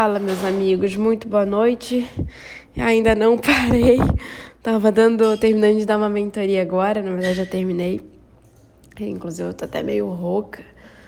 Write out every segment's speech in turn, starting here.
Fala, meus amigos, muito boa noite. Ainda não parei. Terminando de dar uma mentoria agora, na verdade já terminei. Inclusive eu tô até meio rouca,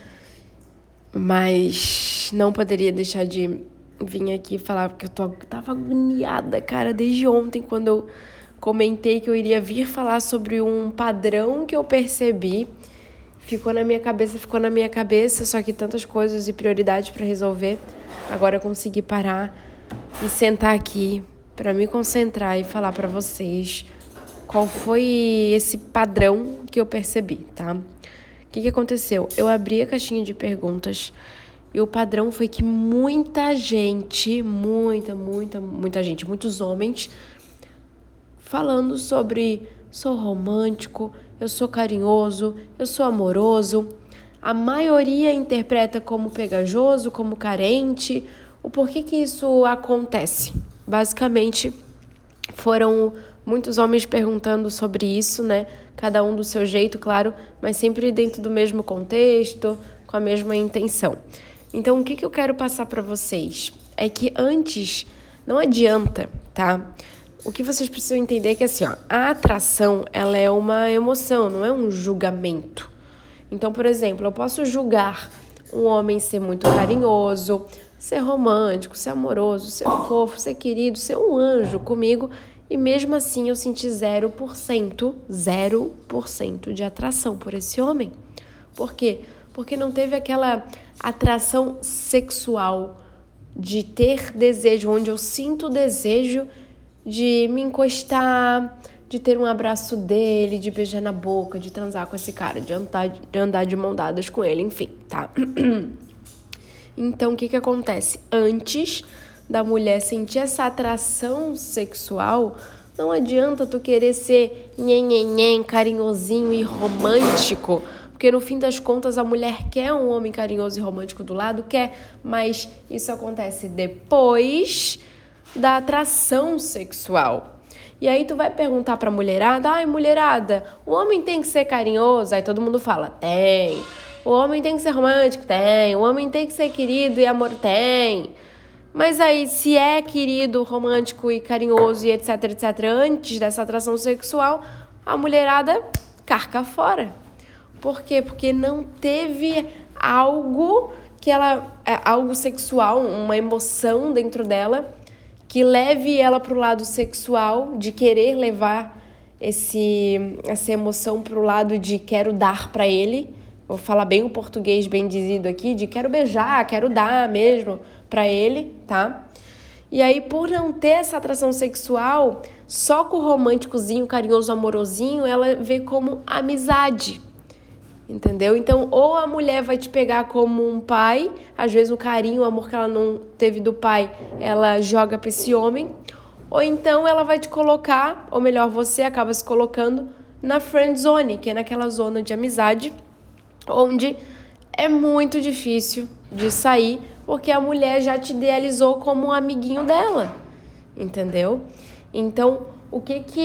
mas não poderia deixar de vir aqui falar porque tava agoniada, cara, desde ontem quando eu comentei que eu iria vir falar sobre um padrão que eu percebi. Ficou na minha cabeça, só que tantas coisas e prioridades para resolver. Agora eu consegui parar e sentar aqui para me concentrar e falar para vocês qual foi esse padrão que eu percebi, tá? O que aconteceu? Eu abri a caixinha de perguntas e o padrão foi que muita gente, muita gente, muitos homens falando sobre sou romântico, eu sou carinhoso, eu sou amoroso. A maioria interpreta como pegajoso, como carente. O porquê que isso acontece? Basicamente, foram muitos homens perguntando sobre isso, né? Cada um do seu jeito, claro, mas sempre dentro do mesmo contexto, com a mesma intenção. Então, o que eu quero passar para vocês é que antes não adianta, tá? O que vocês precisam entender é que assim, ó, a atração, ela é uma emoção, não é um julgamento. Então, por exemplo, eu posso julgar um homem ser muito carinhoso, ser romântico, ser amoroso, ser fofo, ser querido, ser um anjo comigo, e mesmo assim eu senti 0% de atração por esse homem. Por quê? Porque não teve aquela atração sexual de ter desejo, onde eu sinto o desejo de me encostar, de ter um abraço dele, de beijar na boca, de transar com esse cara, de andar de mão dadas com ele, enfim, tá? Então, o que acontece? Antes da mulher sentir essa atração sexual, não adianta tu querer ser nhenhenhen, carinhosinho e romântico, porque no fim das contas a mulher quer um homem carinhoso e romântico do lado, quer, mas isso acontece depois da atração sexual. E aí tu vai perguntar pra mulherada, ai mulherada, o homem tem que ser carinhoso? Aí todo mundo fala, tem. O homem tem que ser romântico? Tem. O homem tem que ser querido e amor? Tem. Mas aí, se é querido, romântico e carinhoso e etc, antes dessa atração sexual, a mulherada carca fora. Por quê? Porque não teve algo algo sexual, uma emoção dentro dela que leve ela para o lado sexual, de querer levar essa emoção para o lado de quero dar para ele. Vou falar bem o português bem dizido aqui, de quero beijar, quero dar mesmo para ele, tá? E aí, por não ter essa atração sexual, só com o românticozinho, carinhoso, amorosinho, ela vê como amizade. Entendeu? Então, ou a mulher vai te pegar como um pai, às vezes o carinho, o amor que ela não teve do pai, ela joga para esse homem, ou então ela vai te colocar, ou melhor, você acaba se colocando na friend zone, que é naquela zona de amizade, onde é muito difícil de sair, porque a mulher já te idealizou como um amiguinho dela, entendeu? Então, o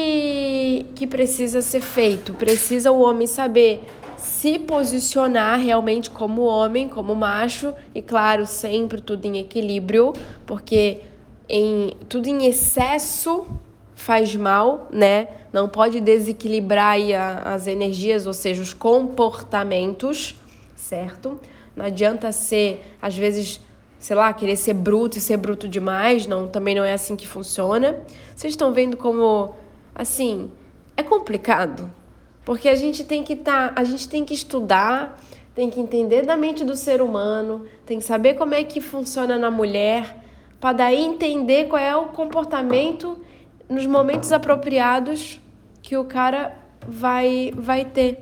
que precisa ser feito? Precisa o homem saber se posicionar realmente como homem, como macho, e claro, sempre tudo em equilíbrio, porque tudo em excesso faz mal, né? Não pode desequilibrar aí as energias, ou seja, os comportamentos, certo? Não adianta ser, às vezes, sei lá, querer ser bruto e ser bruto demais, não, também não é assim que funciona. Vocês estão vendo como, assim, é complicado? Porque a gente tem que estudar, tem que entender da mente do ser humano, tem que saber como é que funciona na mulher, para daí entender qual é o comportamento nos momentos apropriados que o cara vai ter.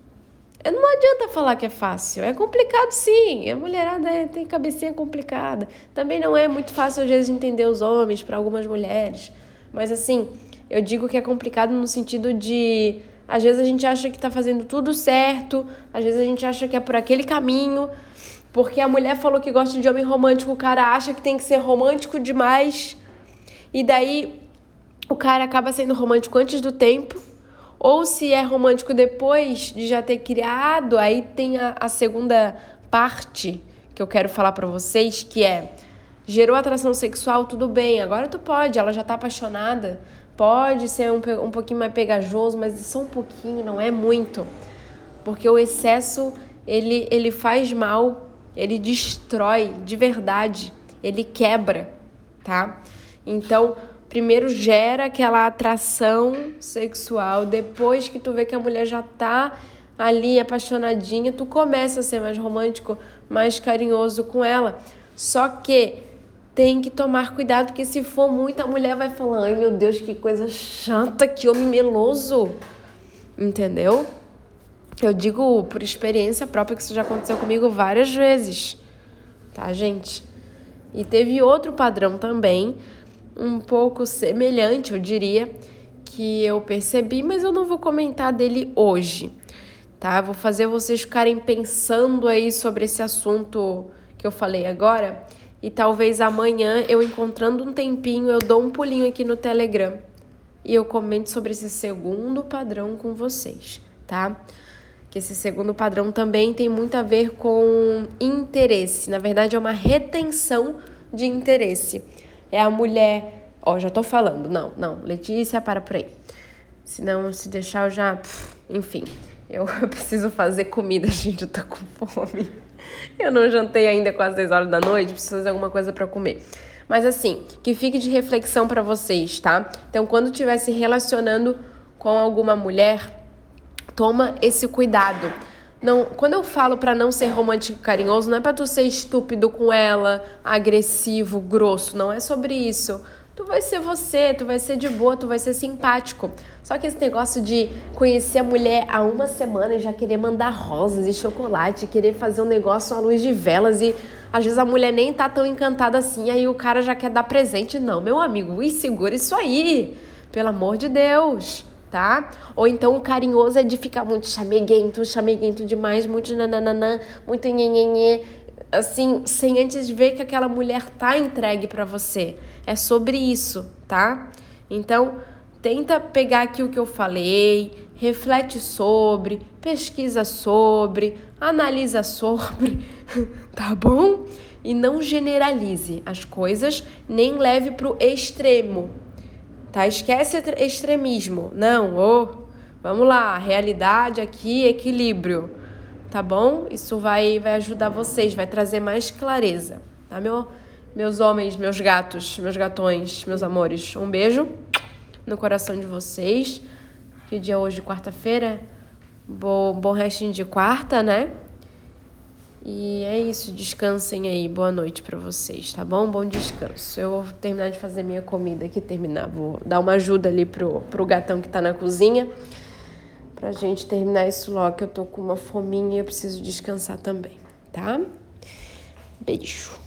Não adianta falar que é fácil, é complicado sim, a mulherada tem cabecinha complicada. Também não é muito fácil às vezes entender os homens para algumas mulheres, mas assim, eu digo que é complicado no sentido de, às vezes a gente acha que tá fazendo tudo certo, às vezes a gente acha que é por aquele caminho, porque a mulher falou que gosta de homem romântico, o cara acha que tem que ser romântico demais, e daí o cara acaba sendo romântico antes do tempo, ou se é romântico depois de já ter criado, aí tem a segunda parte que eu quero falar pra vocês, que é Gerou atração sexual, tudo bem. Agora tu pode, ela já tá apaixonada. Pode ser um pouquinho mais pegajoso, mas só um pouquinho, não é muito. Porque o excesso, ele faz mal, ele destrói de verdade, ele quebra, tá? Então, primeiro gera aquela atração sexual, depois que tu vê que a mulher já tá ali apaixonadinha, tu começa a ser mais romântico, mais carinhoso com ela. Só que tem que tomar cuidado, porque se for muito, a mulher vai falar, ai meu Deus, que coisa chata, que homem meloso, entendeu? Eu digo por experiência própria que isso já aconteceu comigo várias vezes, tá, gente? E teve outro padrão também, um pouco semelhante, eu diria, que eu percebi, mas eu não vou comentar dele hoje, tá? Vou fazer vocês ficarem pensando aí sobre esse assunto que eu falei agora e talvez amanhã, eu encontrando um tempinho, eu dou um pulinho aqui no Telegram e eu comento sobre esse segundo padrão com vocês, tá? Que esse segundo padrão também tem muito a ver com interesse. Na verdade, é uma retenção de interesse. É a mulher... Ó, já tô falando. Não. Letícia, para por aí. Senão, se deixar, eu já... Enfim, eu preciso fazer comida, gente. Eu tô com fome. Eu não jantei ainda, quase 10 horas da noite. Preciso fazer alguma coisa para comer. Mas assim, que fique de reflexão para vocês, tá? Então, quando estiver se relacionando com alguma mulher... Toma esse cuidado. Não, quando eu falo para não ser romântico e carinhoso, não é para tu ser estúpido com ela, agressivo, grosso, não é sobre isso. Tu vai ser você, tu vai ser de boa, tu vai ser simpático. Só que esse negócio de conhecer a mulher há uma semana e já querer mandar rosas e chocolate, querer fazer um negócio à luz de velas e às vezes a mulher nem tá tão encantada assim, aí o cara já quer dar presente. Não, meu amigo, segura isso aí, pelo amor de Deus. Tá? Ou então o carinhoso é de ficar muito chameguento demais, muito nananana, muito nhenhenhê, assim, sem antes ver que aquela mulher tá entregue pra você. É sobre isso, tá? Então, tenta pegar aqui o que eu falei, reflete sobre, pesquisa sobre, analisa sobre, tá bom? E não generalize as coisas, nem leve pro extremo. Tá? Esquece extremismo. Não, vamos lá, realidade aqui, equilíbrio. Tá bom? Isso vai ajudar vocês, vai trazer mais clareza. Tá, meus homens, meus gatos, meus gatões, meus amores? Um beijo no coração de vocês. Que dia é hoje, quarta-feira? Bom restinho de quarta, né? E é isso, descansem aí, boa noite pra vocês, tá bom? Bom descanso. Eu vou terminar de fazer minha comida aqui, vou dar uma ajuda ali pro gatão que tá na cozinha, pra gente terminar isso logo, que eu tô com uma fominha e eu preciso descansar também, tá? Beijo.